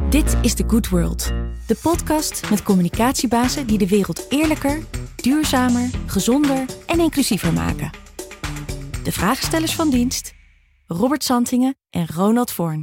Dit is The Good World, de podcast met communicatiebazen die de wereld eerlijker, duurzamer, gezonder en inclusiever maken. De vraagstellers van dienst, Robert Santingen en Ronald Voorn.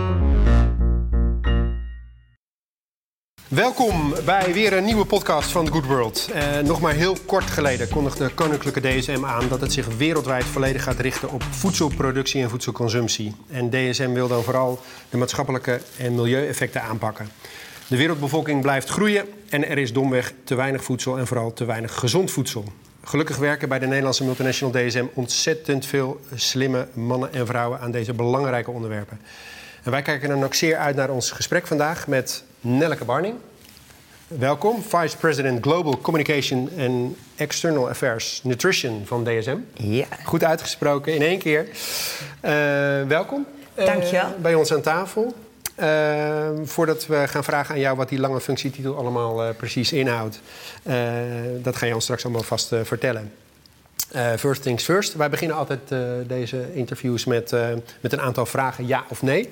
Welkom bij weer een nieuwe podcast van The Good World. Nog maar heel kort geleden kondigde Koninklijke DSM aan dat het zich wereldwijd volledig gaat richten op voedselproductie en voedselconsumptie. En DSM wil dan vooral de maatschappelijke en milieueffecten aanpakken. De wereldbevolking blijft groeien en er is domweg te weinig voedsel en vooral te weinig gezond voedsel. Gelukkig werken bij de Nederlandse multinational DSM ontzettend veel slimme mannen en vrouwen aan deze belangrijke onderwerpen. En wij kijken dan ook zeer uit naar ons gesprek vandaag met Nelleke Barning. Welkom, Vice President Global Communication and External Affairs Nutrition van DSM. Ja. Goed uitgesproken, in één keer. Welkom. Dank je wel. Bij ons aan tafel. Voordat we gaan vragen aan jou wat die lange functietitel allemaal precies inhoudt. Dat ga je ons straks allemaal vast vertellen. First things first. Wij beginnen altijd deze interviews met een aantal vragen, ja of nee.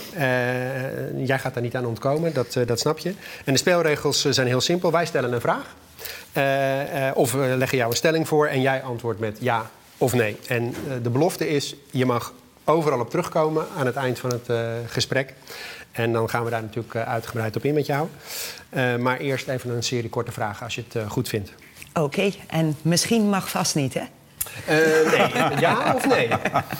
Jij gaat daar niet aan ontkomen, dat snap je. En de spelregels zijn heel simpel. Wij stellen een vraag. Of we leggen jou een stelling voor en jij antwoordt met ja of nee. En de belofte is, je mag overal op terugkomen aan het eind van het gesprek. En dan gaan we daar natuurlijk uitgebreid op in met jou. Maar eerst even een serie korte vragen als je het goed vindt. Oké, en misschien mag vast niet, hè? Nee. Ja of nee?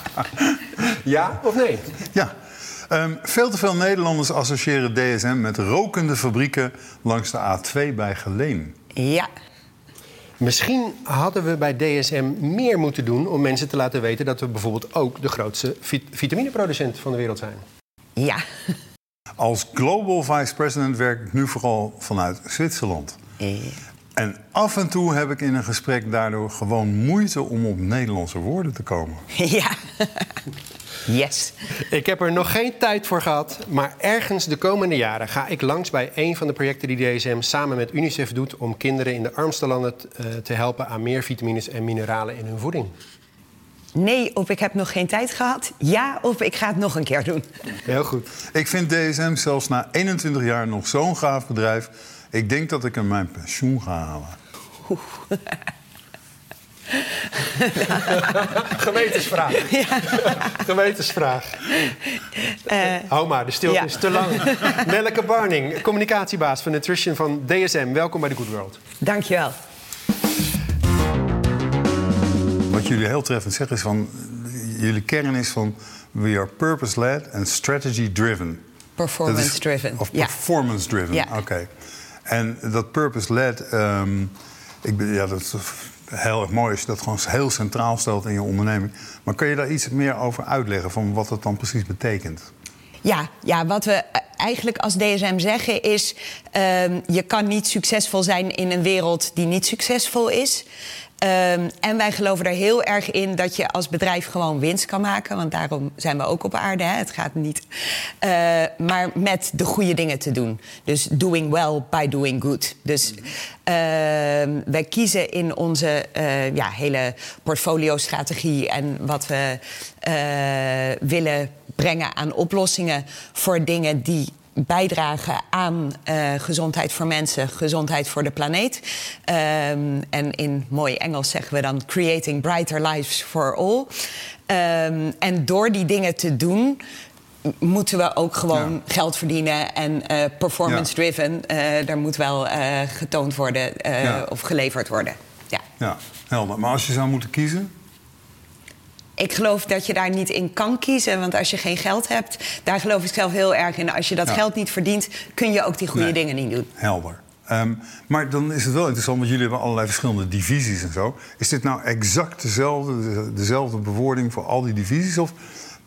Ja of nee? Ja. Veel te veel Nederlanders associëren DSM met rokende fabrieken langs de A2 bij Geleen. Ja. Misschien hadden we bij DSM meer moeten doen om mensen te laten weten dat we bijvoorbeeld ook de grootste vitamineproducent van de wereld zijn. Ja. Als Global Vice President werk ik nu vooral vanuit Zwitserland. En af en toe heb ik in een gesprek daardoor gewoon moeite om op Nederlandse woorden te komen. Ja. Yes. Ik heb er nog geen tijd voor gehad, maar ergens de komende jaren ga ik langs bij een van de projecten die DSM samen met UNICEF doet om kinderen in de armste landen te helpen aan meer vitamines en mineralen in hun voeding. Nee, of ik heb nog geen tijd gehad. Ja, of ik ga het nog een keer doen. Heel goed. Ik vind DSM zelfs na 21 jaar nog zo'n gaaf bedrijf. Ik denk dat ik hem mijn pensioen ga halen. Gewetensvraag. Ja. Gewetensvraag. Hou maar, de stilte is te lang. Nelleke Barning, communicatiebaas van Nutrition van DSM. Welkom bij The Good World. Dank je wel. Wat jullie heel treffend zeggen is van... jullie kern is van... we are purpose-led and strategy-driven. Performance-driven. Of performance-driven, ja. Oké. En dat purpose-led... dat is heel erg mooi als je dat gewoon heel centraal stelt in je onderneming. Maar kun je daar iets meer over uitleggen van wat het dan precies betekent? Ja, wat we eigenlijk als DSM zeggen is... je kan niet succesvol zijn in een wereld die niet succesvol is. En wij geloven er heel erg in dat je als bedrijf gewoon winst kan maken. Want daarom zijn we ook op aarde. Hè? Het gaat niet. Maar met de goede dingen te doen. Dus doing well by doing good. Dus wij kiezen in onze hele portfolio-strategie... en wat we willen brengen aan oplossingen voor dingen die... bijdragen aan gezondheid voor mensen, gezondheid voor de planeet. En in mooi Engels zeggen we dan... creating brighter lives for all. En door die dingen te doen... moeten we ook gewoon geld verdienen en performance-driven. Daar moet wel getoond worden of geleverd worden. Ja, helder. Maar als je zou moeten kiezen... Ik geloof dat je daar niet in kan kiezen. Want als je geen geld hebt, daar geloof ik zelf heel erg in. Als je dat geld niet verdient, kun je ook die goede dingen niet doen. Helder. Maar dan is het wel interessant, want jullie hebben allerlei verschillende divisies en zo. Is dit nou exact dezelfde bewoording voor al die divisies? Of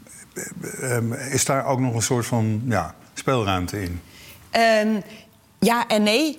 is daar ook nog een soort van speelruimte in? Ja en nee.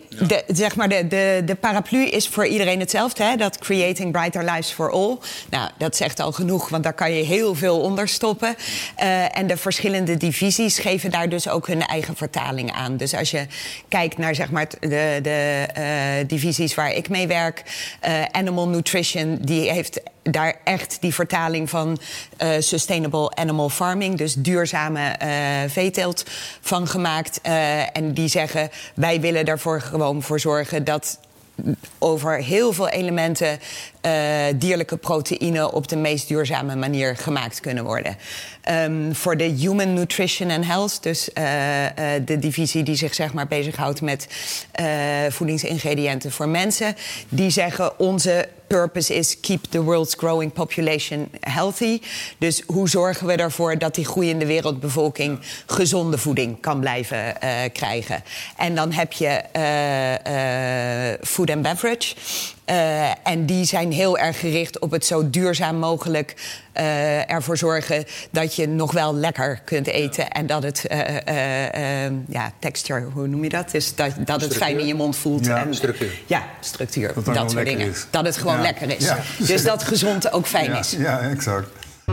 De paraplu is voor iedereen hetzelfde. Hè? Dat creating brighter lives for all. Nou, dat zegt al genoeg, want daar kan je heel veel onder stoppen. En de verschillende divisies geven daar dus ook hun eigen vertaling aan. Dus als je kijkt naar de divisies waar ik mee werk... Animal Nutrition, die heeft daar echt die vertaling van sustainable animal farming, dus duurzame veeteelt, van gemaakt. En die zeggen, wij willen daarvoor gewoon voor zorgen dat over heel veel elementen dierlijke proteïnen op de meest duurzame manier gemaakt kunnen worden. Voor de Human Nutrition and Health, dus de divisie die zich zeg maar bezighoudt met voedingsingrediënten voor mensen, die zeggen onze purpose is keep the world's growing population healthy. Dus hoe zorgen we ervoor dat die groeiende wereldbevolking gezonde voeding kan blijven krijgen? En dan heb je food and beverage. En die zijn heel erg gericht op het zo duurzaam mogelijk ervoor zorgen dat je nog wel lekker kunt eten. En dat het texture, hoe noem je dat? Dus dat het fijn in je mond voelt. Ja, en, structuur. Ja, structuur. Dat soort dingen. Is. Dat het gewoon lekker is. Ja. Dus dat gezond ook fijn is. Ja, exact.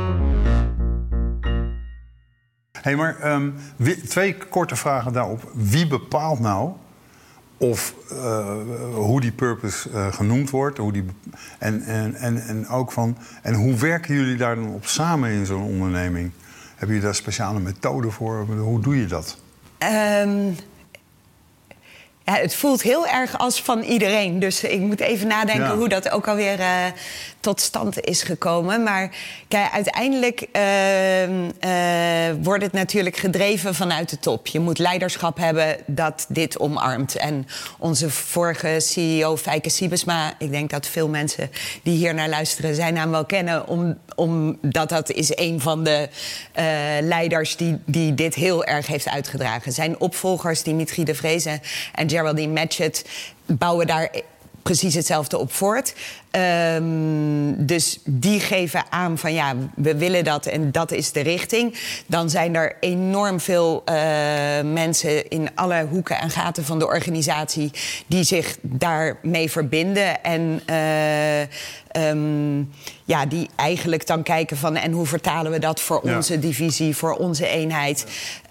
Hey, maar 2 korte vragen daarop. Wie bepaalt nou of hoe die purpose genoemd wordt? En ook van. En hoe werken jullie daar dan op samen in zo'n onderneming? Hebben jullie daar speciale methoden voor? Hoe doe je dat? Ja, het voelt heel erg als van iedereen. Dus ik moet even nadenken hoe dat ook alweer tot stand is gekomen. Maar kijk, uiteindelijk wordt het natuurlijk gedreven vanuit de top. Je moet leiderschap hebben dat dit omarmt. En onze vorige CEO, Feike Siebesma, ik denk dat veel mensen die hier naar luisteren zijn naam wel kennen, omdat dat is een van de leiders die dit heel erg heeft uitgedragen. Zijn opvolgers, Dimitri de Vreese en Geraldine Matchett, bouwen daar precies hetzelfde op voort. Dus die geven aan van ja, we willen dat en dat is de richting. Dan zijn er enorm veel mensen in alle hoeken en gaten van de organisatie die zich daarmee verbinden. En die eigenlijk dan kijken van en hoe vertalen we dat voor onze divisie, voor onze eenheid.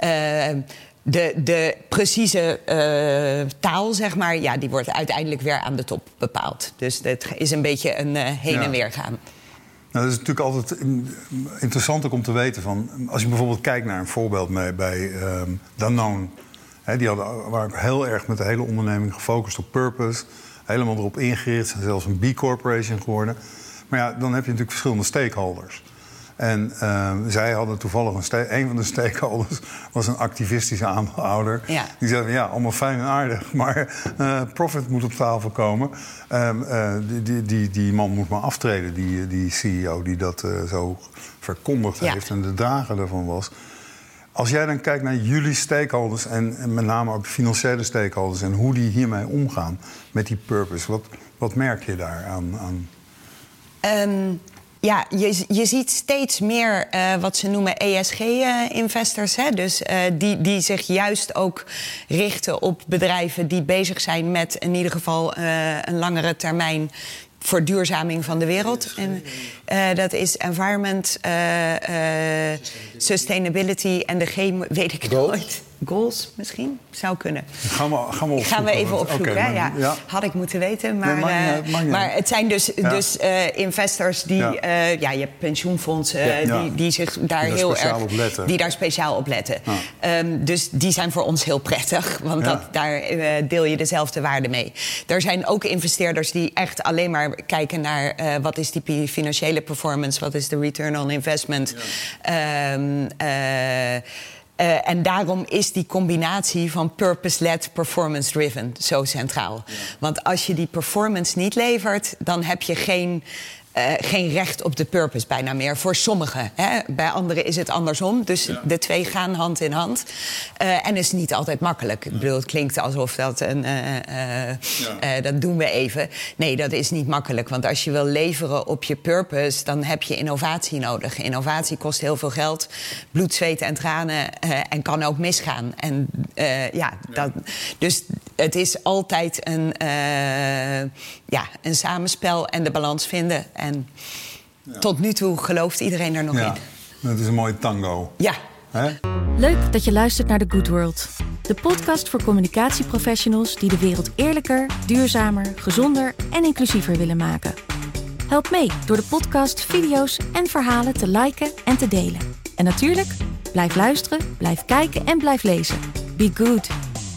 De precieze taal, zeg maar, ja, die wordt uiteindelijk weer aan de top bepaald. Dus het is een beetje een heen en weer gaan. Nou, dat is natuurlijk altijd interessant ook om te weten van, als je bijvoorbeeld kijkt naar een voorbeeld bij Danone. Die waren heel erg met de hele onderneming gefocust op purpose. Helemaal erop ingericht, zijn zelfs een B-corporation geworden. Maar ja, dan heb je natuurlijk verschillende stakeholders. En zij hadden toevallig een van de stakeholders was een activistische aandeelhouder. Ja. Die zei, ja, allemaal fijn en aardig, maar profit moet op tafel komen. Die man moet maar aftreden, die CEO die dat zo verkondigd heeft en de drager daarvan was. Als jij dan kijkt naar jullie stakeholders en met name ook de financiële stakeholders en hoe die hiermee omgaan met die purpose, wat merk je daar aan? Ja, je ziet steeds meer wat ze noemen ESG-investors. Dus die zich juist ook richten op bedrijven die bezig zijn met in ieder geval een langere termijn verduurzaming van de wereld. En, dat is environment, sustainability en de G, weet ik nooit. Goals misschien? Zou kunnen. Gaan we even opzoeken. Okay, ja. Had ik moeten weten. Maar, maar het zijn dus investors die... je hebt pensioenfondsen die zich daar heel erg... Die daar speciaal op letten. Dus die zijn voor ons heel prettig. Want daar deel je dezelfde waarde mee. Er zijn ook investeerders die echt alleen maar kijken naar... wat is die financiële performance? Wat is de return on investment? En daarom is die combinatie van purpose-led, performance-driven zo centraal. Ja. Want als je die performance niet levert, dan heb je geen recht op de purpose bijna meer. Voor sommigen. Bij anderen is het andersom. Dus de twee gaan hand in hand. En is niet altijd makkelijk. Ik bedoel, het klinkt alsof dat dat doen we even. Nee, dat is niet makkelijk. Want als je wil leveren op je purpose, dan heb je innovatie nodig. Innovatie kost heel veel geld. Bloed, zweet en tranen. En kan ook misgaan. En dus het is altijd een samenspel en de balans vinden. En tot nu toe gelooft iedereen er nog in. Dat is een mooie tango. Ja. Leuk dat je luistert naar The Good World. De podcast voor communicatieprofessionals die de wereld eerlijker, duurzamer, gezonder en inclusiever willen maken. Help mee door de podcast, video's en verhalen te liken en te delen. En natuurlijk, blijf luisteren, blijf kijken en blijf lezen. Be good.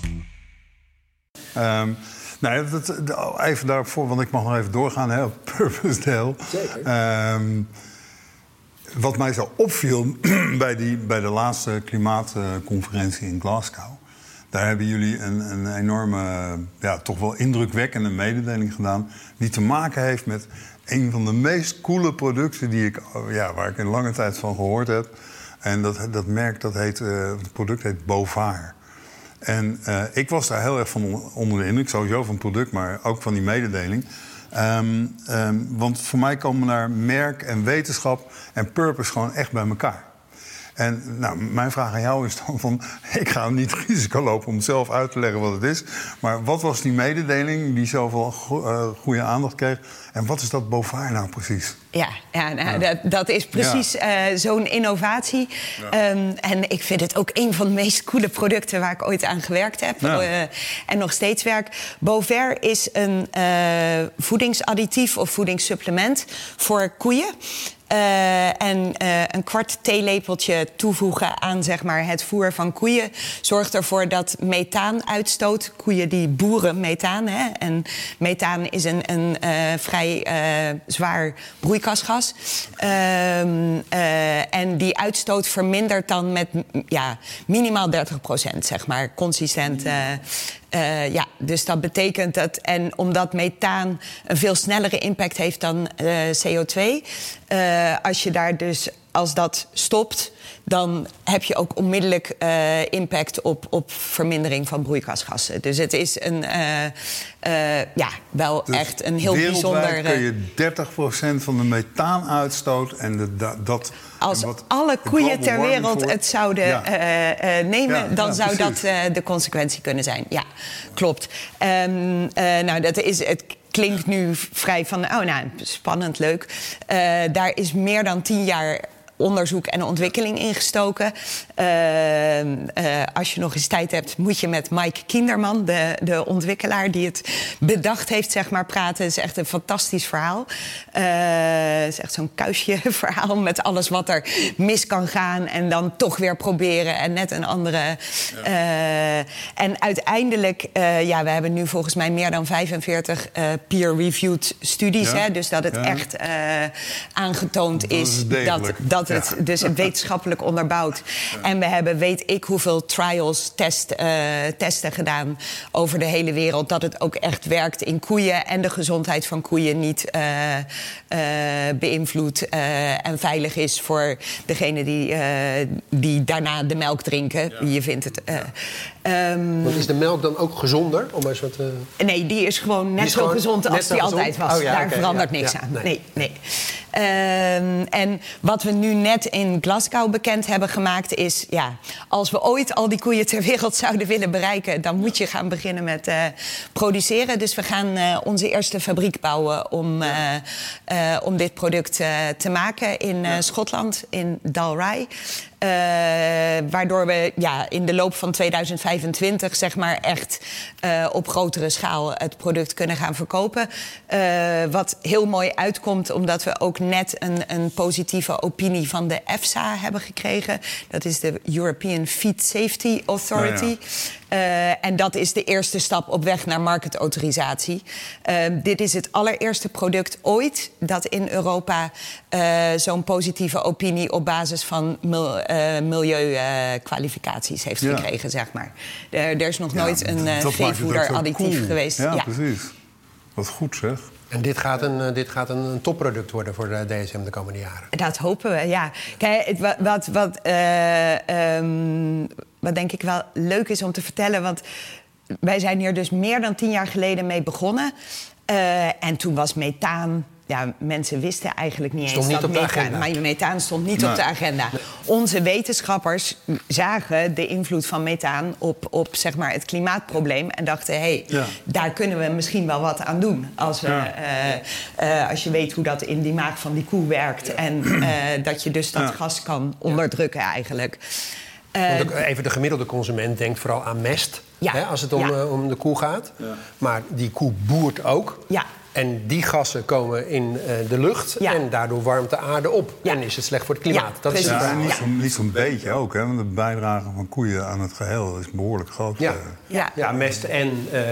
Even daarvoor, want ik mag nog even doorgaan, hè, op Purpose Dale. Zeker. Wat mij zo opviel bij de laatste klimaatconferentie in Glasgow. Daar hebben jullie een enorme, toch wel indrukwekkende mededeling gedaan. Die te maken heeft met een van de meest coole producten waar ik in lange tijd van gehoord heb. En dat merk, het product heet Bovaer. En ik was daar heel erg van onder de indruk, sowieso van het product, maar ook van die mededeling. Want voor mij komen daar merk en wetenschap en purpose gewoon echt bij elkaar. En mijn vraag aan jou is dan van, ik ga niet risico lopen om zelf uit te leggen wat het is. Maar wat was die mededeling die zoveel goede aandacht kreeg? En wat is dat Bovaer nou precies? Dat is precies zo'n innovatie. Ja. En ik vind het ook een van de meest coole producten waar ik ooit aan gewerkt heb. Ja. En nog steeds werk. Bovaer is een voedingsadditief of voedingssupplement voor koeien. En een kwart theelepeltje toevoegen aan zeg maar, het voer van koeien zorgt ervoor dat metaanuitstoot, koeien die boeren methaan, hè, en methaan is een vrij zwaar broeikasgas. En die uitstoot vermindert dan met minimaal 30%, zeg maar, consistent. Dus dat betekent dat, en omdat methaan een veel snellere impact heeft dan CO2, als dat stopt, dan heb je ook onmiddellijk impact op vermindering van broeikasgassen. Dus het is wel dus echt een heel bijzonder. Kun je 30% van de methaanuitstoot en dat. Als alle koeien ter wereld het zouden nemen, dan zou dat de consequentie kunnen zijn. Ja, klopt. Het klinkt nu vrij van, spannend, leuk. Daar is meer dan 10 jaar onderzoek en ontwikkeling ingestoken. Als je nog eens tijd hebt, moet je met Mike Kinderman, de ontwikkelaar die het bedacht heeft, zeg maar, praten. Het is echt een fantastisch verhaal. Het is echt zo'n kuisje verhaal met alles wat er mis kan gaan en dan toch weer proberen en net een andere. En uiteindelijk, we hebben nu volgens mij meer dan 45 peer-reviewed studies. Hè, dus dat het echt aangetoond is dat het dus wetenschappelijk onderbouwd. Ja. En we hebben weet ik hoeveel trials, testen gedaan over de hele wereld. Dat het ook echt werkt in koeien en de gezondheid van koeien niet beïnvloedt en veilig is voor degene die daarna de melk drinken. Ja. Je vindt het. Want is de melk dan ook gezonder? Om eens wat, Nee, die is gewoon net zo gezond als die altijd was. Daar verandert niks aan. Nee. En wat we nu net in Glasgow bekend hebben gemaakt is, als we ooit al die koeien ter wereld zouden willen bereiken, dan moet je gaan beginnen met produceren. Dus we gaan onze eerste fabriek bouwen om dit product te maken in Schotland, in Dalry. Waardoor we in de loop van 2025 zeg maar echt op grotere schaal het product kunnen gaan verkopen. Wat heel mooi uitkomt omdat we ook net een positieve opinie van de EFSA hebben gekregen. Dat is de European Feed Safety Authority. En dat is de eerste stap op weg naar marketautorisatie. Dit is het allereerste product ooit dat in Europa zo'n positieve opinie op basis van milieukwalificaties heeft gekregen, zeg maar. Er is nog nooit een veevoederadditief geweest. Ja, precies. Wat goed, zeg. En dit gaat een topproduct worden voor de DSM de komende jaren. Dat hopen we, ja. Kijk, wat denk ik wel leuk is om te vertellen, want wij zijn hier dus meer dan 10 jaar geleden mee begonnen. En toen was methaan. Ja, mensen wisten eigenlijk niet eens dat methaan stond niet op de agenda. Nee. Onze wetenschappers zagen de invloed van methaan op zeg maar, het klimaatprobleem en dachten, daar kunnen we misschien wel wat aan doen. Als je weet hoe dat in die maag van die koe werkt en dat je dus dat gas kan onderdrukken eigenlijk. Want ook even de gemiddelde consument denkt vooral aan mest, hè, als het om de koe gaat. Ja. Maar die koe boert ook. Ja. En die gassen komen in de lucht en daardoor warmt de aarde op. Ja. En is het slecht voor het klimaat. Ja, dat is niet zo'n beetje ook, hè? Want de bijdrage van koeien aan het geheel is behoorlijk groot. Ja, mest en... 14,5%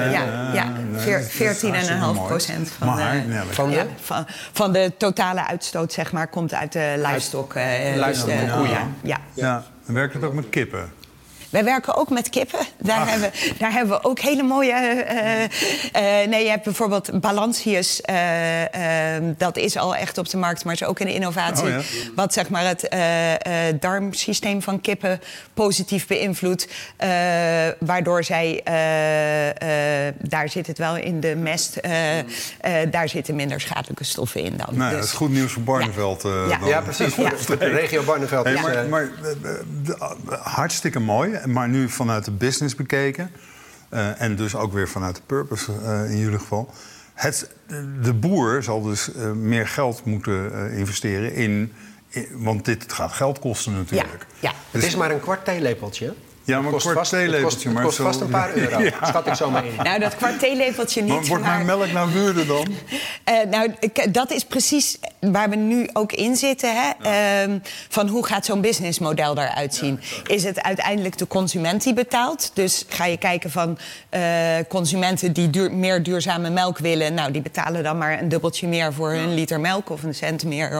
van de totale uitstoot, zeg maar, komt uit de livestock. Livestock en koeien. Ja. En werkt het ook met kippen? Wij werken ook met kippen. Daar hebben we ook hele mooie... je hebt bijvoorbeeld Balancius. Dat is al echt op de markt, maar is ook een innovatie. Wat zeg maar het darmsysteem van kippen positief beïnvloedt. Waardoor zij... daar zit het wel in de mest. Daar zitten minder schadelijke stoffen in dan. Nee, dat is goed nieuws voor Barneveld. Ja, precies. Voor de regio Barneveld. Maar hartstikke mooi. Maar nu vanuit de business bekeken. En dus ook weer vanuit de purpose in jullie geval. De boer zal dus meer geld moeten investeren in... Want dit gaat geld kosten natuurlijk. Ja. Het is maar een kwart theelepeltje. Ja, maar een kwart theelepeltje. Het kost vast een paar euro. Schat ik zo maar in. Nou, dat kwart theelepeltje niet. Maar wordt mijn melk nou duurder dan? Dat is precies waar we nu ook in zitten. Hè? Van hoe gaat zo'n businessmodel eruit zien? Is het uiteindelijk de consument die betaalt? Dus ga je kijken van consumenten die meer duurzame melk willen. Nou, die betalen dan maar een dubbeltje meer voor hun liter melk of een cent meer.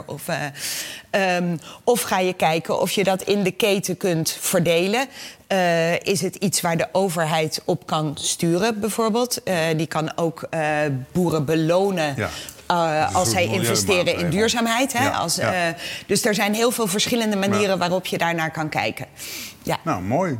Of ga je kijken of je dat in de keten kunt verdelen. Is het iets waar de overheid op kan sturen, bijvoorbeeld? Die kan ook boeren belonen als zij investeren in duurzaamheid. Hè? Dus er zijn heel veel verschillende manieren waarop je daarnaar kan kijken. Ja. Nou, mooi.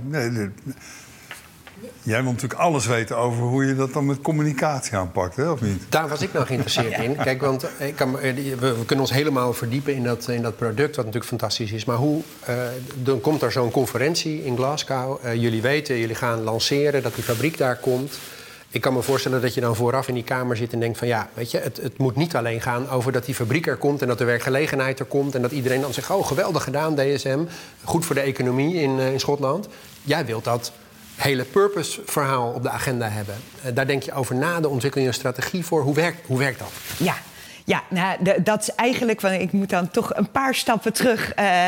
Jij wil natuurlijk alles weten over hoe je dat dan met communicatie aanpakt, hè, of niet? Daar was ik nou geïnteresseerd in. Kijk, want we kunnen ons helemaal verdiepen in dat product, wat natuurlijk fantastisch is. Maar dan komt er zo'n conferentie in Glasgow. Jullie weten, jullie gaan lanceren dat die fabriek daar komt. Ik kan me voorstellen dat je dan vooraf in die kamer zit en denkt van... ja, weet je, het moet niet alleen gaan over dat die fabriek er komt... en dat de werkgelegenheid er komt en dat iedereen dan zegt... oh, geweldig gedaan, DSM. Goed voor de economie in Schotland. Jij wilt dat hele purpose-verhaal op de agenda hebben. Daar denk je over na, de ontwikkeling een strategie voor. Hoe werkt dat? Ja, nou, dat is eigenlijk... Want ik moet dan toch een paar stappen terug.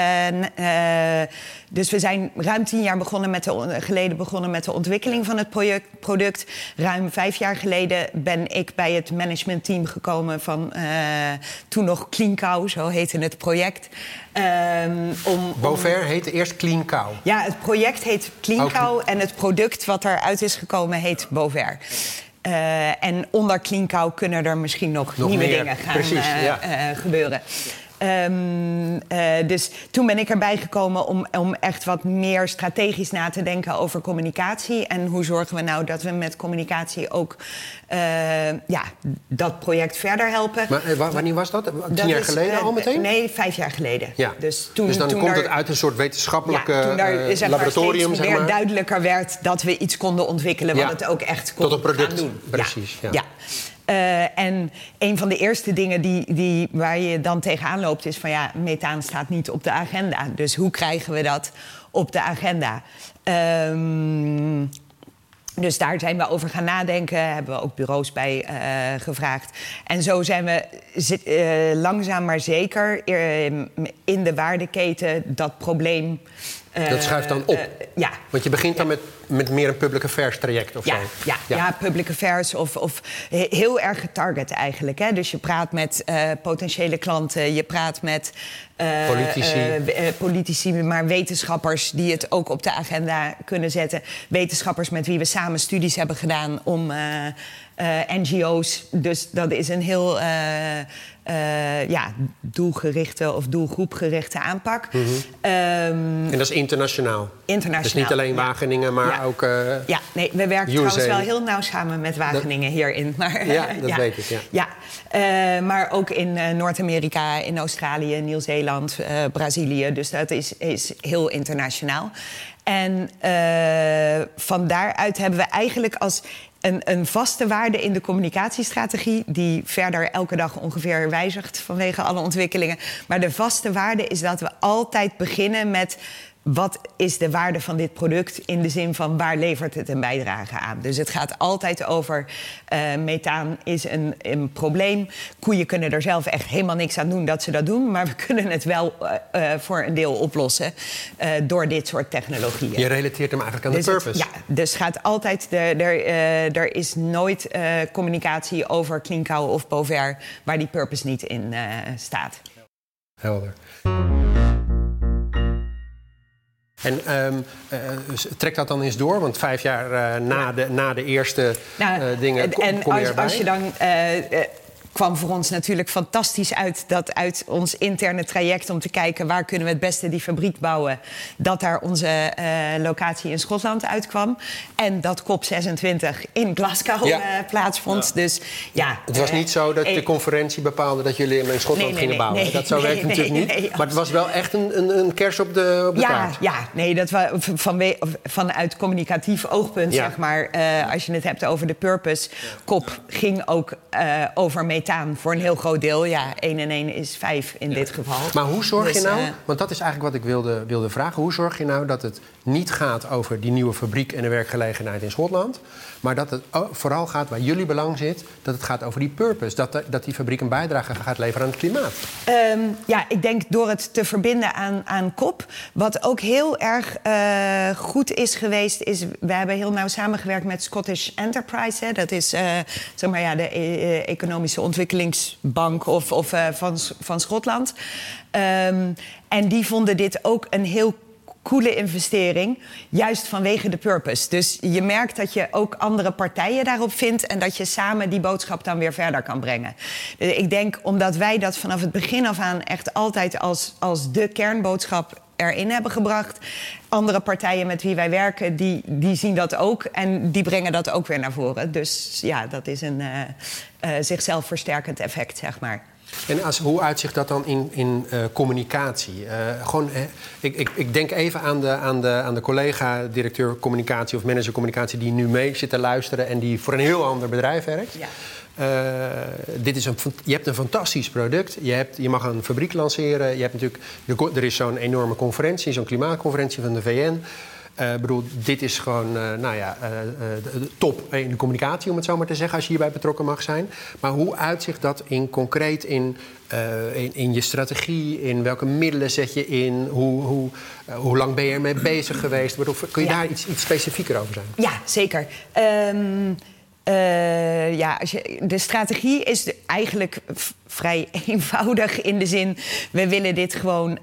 Dus we zijn ruim 10 jaar geleden begonnen met de ontwikkeling van het product. Ruim 5 jaar geleden ben ik bij het managementteam gekomen van toen nog Clean Cow, zo heette het project. Bovaer heette eerst Clean Cow. Ja, het project heet Clean Cow en het product wat eruit is gekomen heet Bovaer. En onder Clean Cow kunnen er misschien nog nieuwe dingen gaan gebeuren. Dus toen ben ik erbij gekomen om echt wat meer strategisch na te denken over communicatie. En hoe zorgen we nou dat we met communicatie ook dat project verder helpen. Maar wanneer was dat? 10 jaar geleden al meteen? Nee, 5 jaar geleden. Ja. Dus dan komt het uit een soort wetenschappelijke laboratorium. Toen weer duidelijker werd dat we iets konden ontwikkelen wat het ook echt kon tot een product. gaan doen. Precies. Ja. En een van de eerste dingen waar je dan tegenaan loopt is van methaan staat niet op de agenda. Dus hoe krijgen we dat op de agenda? Dus daar zijn we over gaan nadenken. Hebben we ook bureaus bij gevraagd. En zo zijn we langzaam maar zeker in de waardeketen dat probleem... dat schuift dan op? Ja. Want je begint dan met meer een public affairs traject of zo? Ja, public affairs of heel erg getarget eigenlijk. Hè? Dus je praat met potentiële klanten, je praat met politici, maar wetenschappers die het ook op de agenda kunnen zetten. Wetenschappers met wie we samen studies hebben gedaan om NGO's. Dus dat is een heel doelgerichte of doelgroepgerichte aanpak. Mm-hmm. En dat is internationaal? Internationaal. Dus niet alleen Wageningen, maar ook we werken trouwens wel heel nauw samen met Wageningen hierin. Maar, dat weet ik, maar ook in Noord-Amerika, in Australië, Nieuw-Zeeland, Brazilië. Dus dat is heel internationaal. En van daaruit hebben we eigenlijk als een vaste waarde in de communicatiestrategie... die verder elke dag ongeveer wijzigt vanwege alle ontwikkelingen. Maar de vaste waarde is dat we altijd beginnen met wat is de waarde van dit product in de zin van waar levert het een bijdrage aan. Dus het gaat altijd over methaan is een probleem. Koeien kunnen er zelf echt helemaal niks aan doen dat ze dat doen, maar we kunnen het wel voor een deel oplossen door dit soort technologieën. Je relateert hem eigenlijk aan de purpose. Dus gaat altijd er is nooit communicatie over Clean Cow of Bovaer waar die purpose niet in staat. Helder. En trek dat dan eens door, want 5 jaar na de eerste dingen kom je erbij. Als je dan kwam voor ons natuurlijk fantastisch uit dat uit ons interne traject om te kijken waar kunnen we het beste die fabriek bouwen, dat daar onze locatie in Schotland uitkwam. En dat COP26 in Glasgow plaatsvond. Ja. Dus, het was niet zo dat de conferentie bepaalde dat jullie in Schotland gingen bouwen. Nee, dat zo werkt natuurlijk niet. Nee, maar het was wel echt een kers op de taart. Dat was vanuit communicatief oogpunt, zeg maar. Als je het hebt over de purpose. COP ging ook over methaan voor een heel groot deel. 1 en 1 is 5 in dit geval. Maar hoe zorg je nou, want dat is eigenlijk wat ik wilde vragen. Hoe zorg je nou dat het niet gaat over die nieuwe fabriek en de werkgelegenheid in Schotland, maar dat het vooral gaat waar jullie belang zit, dat het gaat over die purpose, dat die fabriek een bijdrage gaat leveren aan het klimaat? Ik denk door het te verbinden aan COP. Wat ook heel erg goed is geweest, is we hebben heel nauw samengewerkt met Scottish Enterprise. Hè. Dat is de economische ontwikkelingsbank van Schotland. En die vonden dit ook een heel coole investering, juist vanwege de purpose. Dus je merkt dat je ook andere partijen daarop vindt en dat je samen die boodschap dan weer verder kan brengen. Dus ik denk, omdat wij dat vanaf het begin af aan echt altijd als de kernboodschap erin hebben gebracht, andere partijen met wie wij werken, die zien dat ook en die brengen dat ook weer naar voren. Dus dat is een zichzelf versterkend effect, zeg maar. En hoe uitzicht dat dan in communicatie? Ik denk even aan de collega-directeur communicatie of manager communicatie die nu mee zit te luisteren en die voor een heel ander bedrijf werkt. Ja. Je hebt een fantastisch product. Je mag een fabriek lanceren. Je hebt natuurlijk, er is zo'n enorme conferentie, zo'n klimaatconferentie van de VN. Dit is gewoon top in de communicatie, om het zo maar te zeggen, als je hierbij betrokken mag zijn. Maar hoe uitzicht dat concreet in je strategie? In welke middelen zet je in? Hoe lang ben je ermee bezig geweest? Kun je daar iets specifieker over zijn? Ja, zeker. De strategie is eigenlijk vrij eenvoudig in de zin, we willen dit gewoon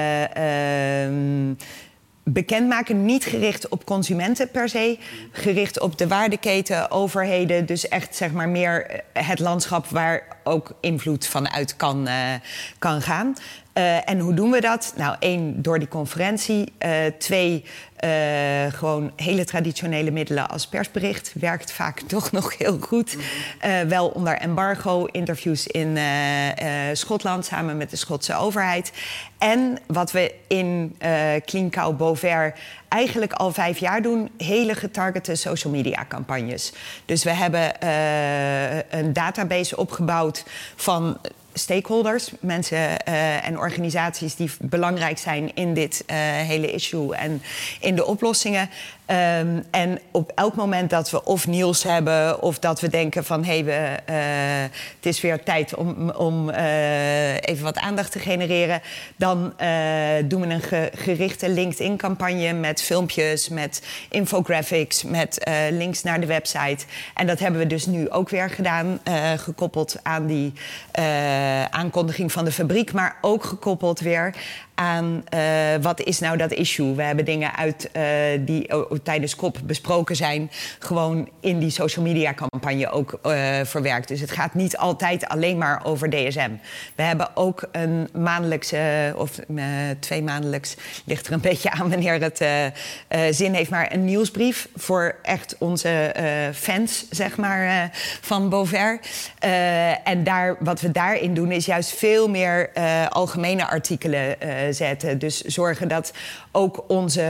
bekendmaken, niet gericht op consumenten per se, gericht op de waardeketen, overheden, dus echt zeg maar meer het landschap waar ook invloed vanuit kan gaan. En hoe doen we dat? Nou, 1, door die conferentie. 2, gewoon hele traditionele middelen als persbericht. Werkt vaak toch nog heel goed. Wel onder embargo, interviews in Schotland samen met de Schotse overheid. En wat we in Clean Cow Bovaer eigenlijk al 5 jaar doen, hele getargete social media campagnes. Dus we hebben een database opgebouwd van stakeholders, mensen en organisaties die belangrijk zijn in dit hele issue en in de oplossingen. En op elk moment dat we of nieuws hebben of dat we denken van het is weer tijd om even wat aandacht te genereren, dan doen we een gerichte LinkedIn-campagne met filmpjes, met infographics, met links naar de website. En dat hebben we dus nu ook weer gedaan, gekoppeld aan die aankondiging van de fabriek, maar ook gekoppeld weer aan wat is nou dat issue. We hebben dingen uit die tijdens COP besproken zijn, gewoon in die social media campagne ook verwerkt. Dus het gaat niet altijd alleen maar over DSM. We hebben ook een maandelijkse, of 2 maandelijks, ligt er een beetje aan wanneer het zin heeft, maar een nieuwsbrief voor echt onze fans, zeg maar, van Bovaer. En wat we daarin doen is juist veel meer algemene artikelen zetten. Dus zorgen dat ook onze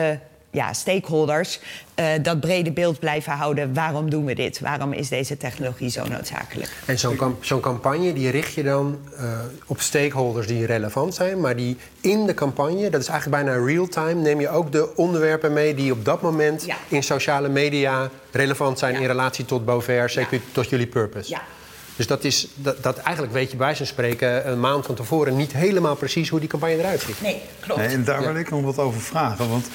stakeholders dat brede beeld blijven houden. Waarom doen we dit? Waarom is deze technologie zo noodzakelijk? En zo'n campagne die richt je dan op stakeholders die relevant zijn, maar die in de campagne, dat is eigenlijk bijna real-time, neem je ook de onderwerpen mee die op dat moment in sociale media relevant zijn in relatie tot Bovaer, zeker tot jullie purpose. Ja. Dus dat eigenlijk weet je bij zo'n spreken een maand van tevoren niet helemaal precies hoe die campagne eruit ziet. Nee, klopt. En daar wil ik nog wat over vragen. Want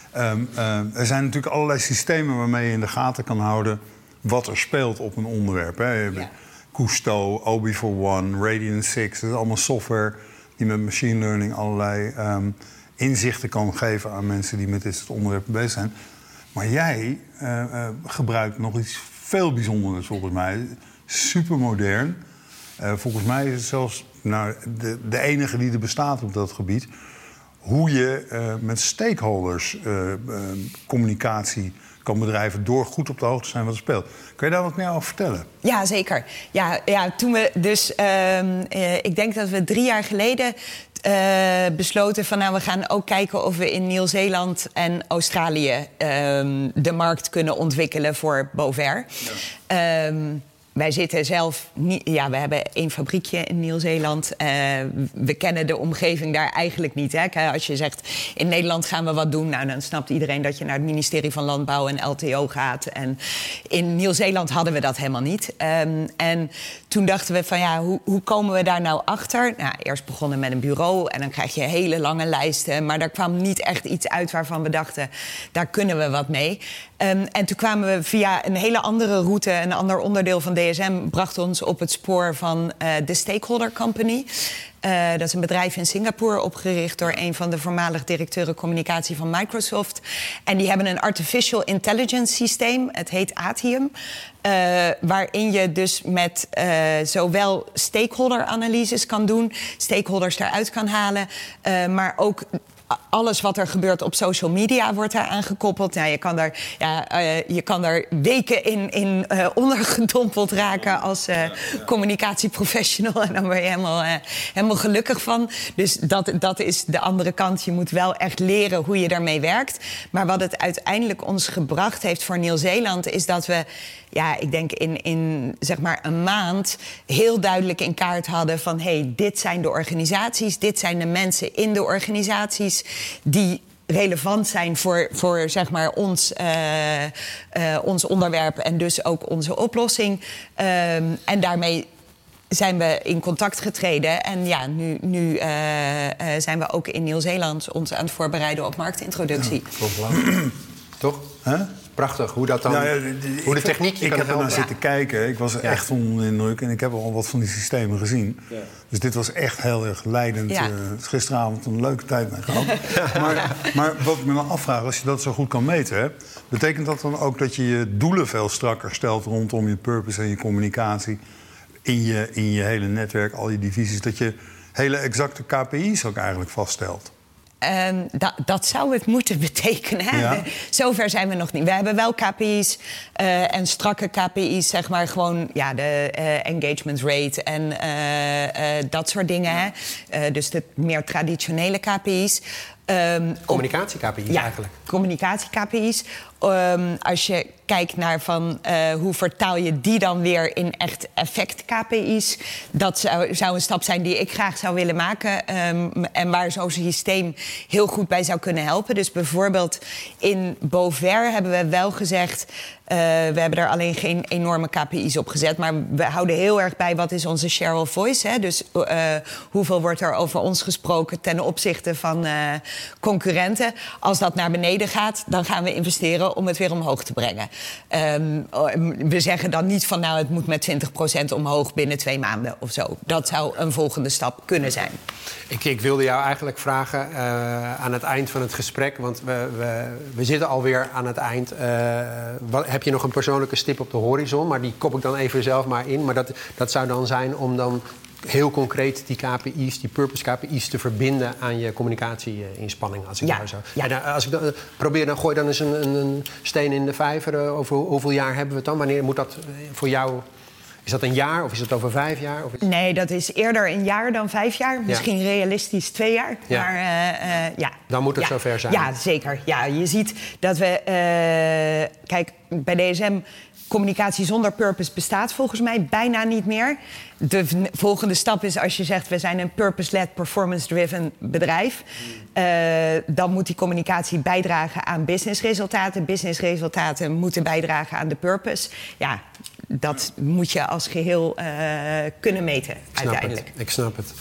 er zijn natuurlijk allerlei systemen waarmee je in de gaten kan houden wat er speelt op een onderwerp. Hè. Cousteau, OB41, Radian 6, dat is allemaal software die met machine learning allerlei inzichten kan geven aan mensen die met dit soort onderwerpen bezig zijn. Maar jij gebruikt nog iets veel bijzonders volgens mij. Supermodern. Volgens mij is het zelfs de enige die er bestaat op dat gebied. Hoe je met stakeholders communicatie kan bedrijven door goed op de hoogte te zijn wat er speelt. Kan je daar wat meer over vertellen? Ja, zeker. Ja, toen we dus, ik denk dat we 3 jaar geleden besloten van we gaan ook kijken of we in Nieuw-Zeeland en Australië de markt kunnen ontwikkelen voor Bovaer. Ja. Wij zitten zelf niet. Ja, we hebben 1 fabriekje in Nieuw-Zeeland. We kennen de omgeving daar eigenlijk niet. Hè. Als je zegt, in Nederland gaan we wat doen, dan snapt iedereen dat je naar het ministerie van Landbouw en LTO gaat. En in Nieuw-Zeeland hadden we dat helemaal niet. En toen dachten we van hoe komen we daar nou achter? Nou, eerst begonnen met een bureau en dan krijg je hele lange lijsten. Maar daar kwam niet echt iets uit waarvan we dachten, daar kunnen we wat mee. En toen kwamen we via een hele andere route, een ander onderdeel van DSM bracht ons op het spoor van de Stakeholder Company. Dat is een bedrijf in Singapore opgericht door een van de voormalig directeuren communicatie van Microsoft. En die hebben een artificial intelligence systeem, het heet Atium. Waarin je dus met zowel stakeholder-analyses kan doen, stakeholders eruit kan halen, maar ook alles wat er gebeurt op social media wordt daaraan gekoppeld. Ja, je kan daar weken in ondergedompeld raken als communicatieprofessional. En dan word je helemaal gelukkig van. Dus dat is de andere kant. Je moet wel echt leren hoe je daarmee werkt. Maar wat het uiteindelijk ons gebracht heeft voor Nieuw-Zeeland is dat we, ik denk in zeg maar een maand heel duidelijk in kaart hadden van dit zijn de organisaties, dit zijn de mensen in de organisaties die relevant zijn voor zeg maar ons onderwerp en dus ook onze oplossing. En daarmee zijn we in contact getreden. En nu zijn we ook in Nieuw-Zeeland ons aan het voorbereiden op marktintroductie. Ja, toch? Huh? Prachtig, hoe dat dan, hoe de techniek je kan helpen. Ik heb er naar zitten kijken, ik was echt onder de indruk en ik heb al wat van die systemen gezien. Ja. Dus dit was echt heel erg leidend. Ja. Gisteravond een leuke tijd mee gehad. Maar wat ik me dan afvraag, als je dat zo goed kan meten, betekent dat dan ook dat je je doelen veel strakker stelt rondom je purpose en je communicatie in je hele netwerk, al je divisies, dat je hele exacte KPI's ook eigenlijk vaststelt? Dat zou het moeten betekenen. Hè? Ja. Zover zijn we nog niet. We hebben wel KPI's en strakke KPI's, zeg maar gewoon de engagement rate en dat soort dingen. Hè? Dus de meer traditionele KPI's. Communicatie-KPI's eigenlijk. Communicatie-KPI's. Als je kijkt naar hoe vertaal je die dan weer in echt effect-KPI's. Dat zou een stap zijn die ik graag zou willen maken. En waar zo'n systeem heel goed bij zou kunnen helpen. Dus bijvoorbeeld in Bovaer hebben we wel gezegd, we hebben er alleen geen enorme KPI's op gezet. Maar we houden heel erg bij wat is onze share of voice. Hè? Dus hoeveel wordt er over ons gesproken ten opzichte van concurrenten. Als dat naar beneden gaat, dan gaan we investeren om het weer omhoog te brengen. We zeggen dan niet van het moet met 20% omhoog binnen 2 maanden of zo. Dat zou een volgende stap kunnen zijn. Ik wilde jou eigenlijk vragen aan het eind van het gesprek, want we zitten alweer aan het eind. Heb je nog een persoonlijke stip op de horizon? Maar die kop ik dan even zelf maar in. Maar dat zou dan zijn om dan heel concreet die KPI's, die purpose KPI's te verbinden aan je communicatieinspanning. Als ik daar zo. Ja. En als ik dan probeer, dan gooi dan eens een steen in de vijver. Over hoeveel jaar hebben we het dan? Wanneer moet dat voor jou Is dat een jaar of is het over 5 jaar? Of is... Nee, dat is eerder een jaar dan 5 jaar. Misschien realistisch 2 jaar. Ja. Maar ja. Dan moet het zover zijn. Ja, zeker. Ja, je ziet dat we... kijk, bij DSM... Communicatie zonder purpose bestaat volgens mij bijna niet meer. De volgende stap is als je zegt... we zijn een purpose-led, performance-driven bedrijf. Dan moet die communicatie bijdragen aan businessresultaten. Businessresultaten moeten bijdragen aan de purpose. Ja, dat moet je als geheel kunnen meten uiteindelijk. Ik snap het.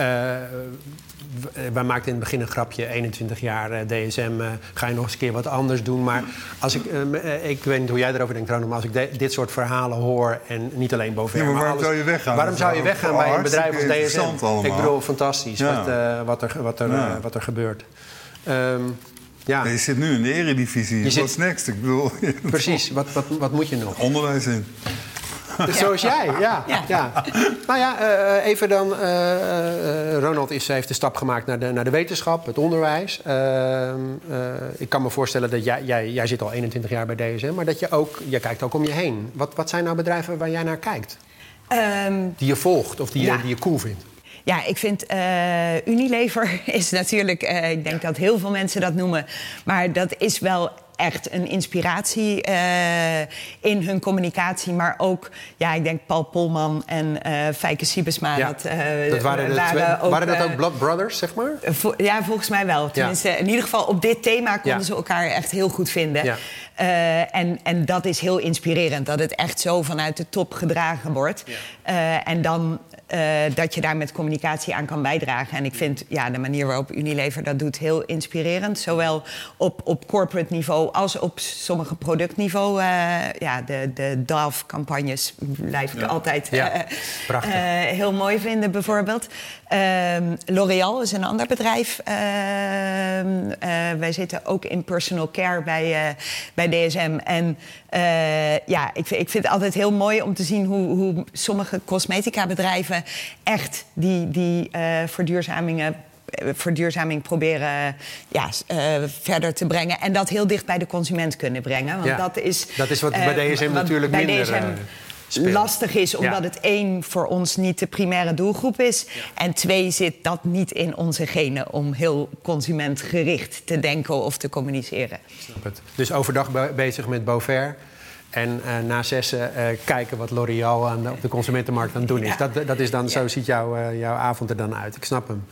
Wij maakten in het begin een grapje, 21 jaar DSM, ga je nog eens een keer wat anders doen. Maar als ik weet niet hoe jij erover denkt, Ronald, maar als ik dit soort verhalen hoor en niet alleen boven. Ja, maar waarom zou je weggaan? Waarom zou je weggaan bij een bedrijf als DSM? Allemaal. Ik bedoel, fantastisch wat er gebeurt. Ja. Je zit nu in de eredivisie. What's next? Ik bedoel, precies, wat moet je nog? Onderwijs in. Zoals jij, ja. Nou ja, even dan... Ronald heeft de stap gemaakt naar de wetenschap, het onderwijs. Ik kan me voorstellen dat jij zit al 21 jaar bij DSM... maar dat je kijkt ook om je heen. Wat zijn nou bedrijven waar jij naar kijkt? Die je volgt of die je cool vindt? Ja, ik vind Unilever is natuurlijk... ik denk dat heel veel mensen dat noemen. Maar dat is wel echt een inspiratie in hun communicatie. Maar ook, ik denk Paul Polman en Fijke Siebesma. Ja, dat waren dat ook Blood Brothers, zeg maar? Ja, volgens mij wel. Tenminste, in ieder geval op dit thema konden ze elkaar echt heel goed vinden. Ja. En dat is heel inspirerend. Dat het echt zo vanuit de top gedragen wordt. Ja. En dan... dat je daar met communicatie aan kan bijdragen. En ik vind de manier waarop Unilever dat doet heel inspirerend. Zowel op corporate niveau als op sommige productniveau. De DAF-campagnes blijf ik altijd heel mooi vinden, bijvoorbeeld. L'Oréal is een ander bedrijf. Wij zitten ook in personal care bij DSM. En ik vind het altijd heel mooi om te zien hoe sommige cosmetica-bedrijven echt die verduurzaming proberen verder te brengen. En dat heel dicht bij de consument kunnen brengen. Want dat is wat bij DSM natuurlijk bij minder... DSM lastig is, omdat het 1 voor ons niet de primaire doelgroep is. Ja. En 2 zit dat niet in onze genen om heel consumentgericht te denken of te communiceren. Snap het. Dus overdag bezig met Beauvais. En na 6 kijken wat L'Oréal op de consumentenmarkt aan het doen is. Dat is dan, zo ziet jouw avond er dan uit. Ik snap hem.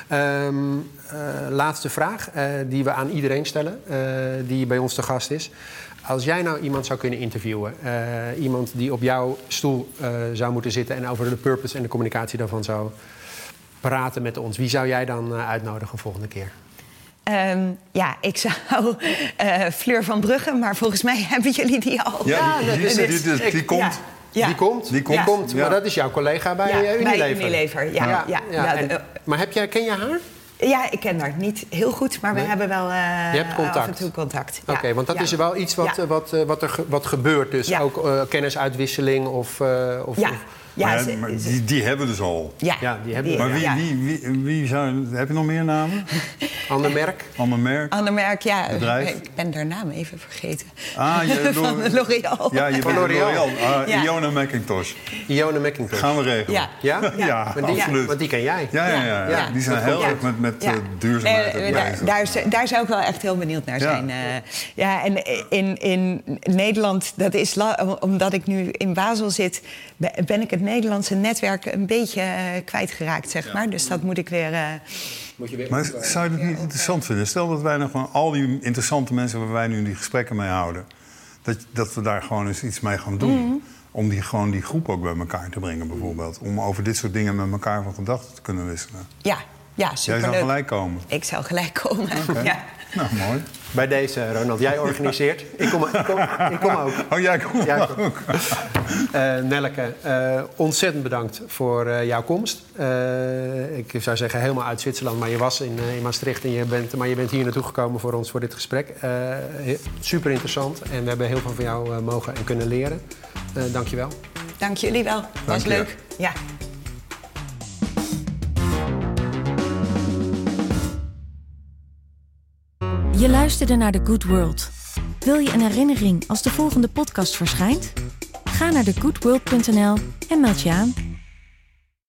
Laatste vraag die we aan iedereen stellen die bij ons te gast is. Als jij nou iemand zou kunnen interviewen, iemand die op jouw stoel zou moeten zitten en over de purpose en de communicatie daarvan zou praten met ons, wie zou jij dan uitnodigen volgende keer? Ik zou Fleur van Brugge, maar volgens mij hebben jullie die al. Die komt. Ja. Die komt. Maar dat is jouw collega bij Unilever. Bij Unilever, Maar ken je haar? Ja, ik ken haar niet heel goed, maar we hebben wel af en toe contact. Ja. Oké, want dat is wel iets wat gebeurt. Dus ook kennisuitwisseling of... maar die hebben dus al. Ja, die hebben. Maar wie zou... Heb je nog meer namen? Anne Merk. Anne Merk, ja. Bedrijf. Ik ben haar naam even vergeten. Van L'Oréal. Ja, je bent L'Oréal. Ione McIntosh. Ione McIntosh. Gaan we regelen. Ja, absoluut. Want die ken jij. Ja. Die zijn heel erg met duurzaamheid bezig. Daar zou ik wel echt heel benieuwd naar zijn. En in Nederland, dat is omdat ik nu in Basel zit, ben ik het Nederlandse netwerk een beetje kwijtgeraakt, zeg maar. Dus dat moet ik weer... Maar zou je het niet interessant vinden? Stel dat wij nog gewoon al die interessante mensen waar wij nu die gesprekken mee houden, dat we daar gewoon eens iets mee gaan doen. Mm-hmm. Om die groep ook bij elkaar te brengen, bijvoorbeeld. Om over dit soort dingen met elkaar van gedachten te kunnen wisselen. Ja, superleuk. Jij zou gelijk komen? Ik zou gelijk komen, ja. Nou, mooi. Bij deze, Ronald. Jij organiseert. Ik kom ook. Oh, jij komt ook. Nelleke, ontzettend bedankt voor jouw komst. Ik zou zeggen helemaal uit Zwitserland, maar je was in Maastricht en je bent hier naartoe gekomen voor dit gesprek. Super interessant en we hebben heel veel van jou mogen en kunnen leren. Dank je wel. Dank jullie wel. Was leuk. Ja. Je luisterde naar The Good World. Wil je een herinnering als de volgende podcast verschijnt? Ga naar thegoodworld.nl en meld je aan.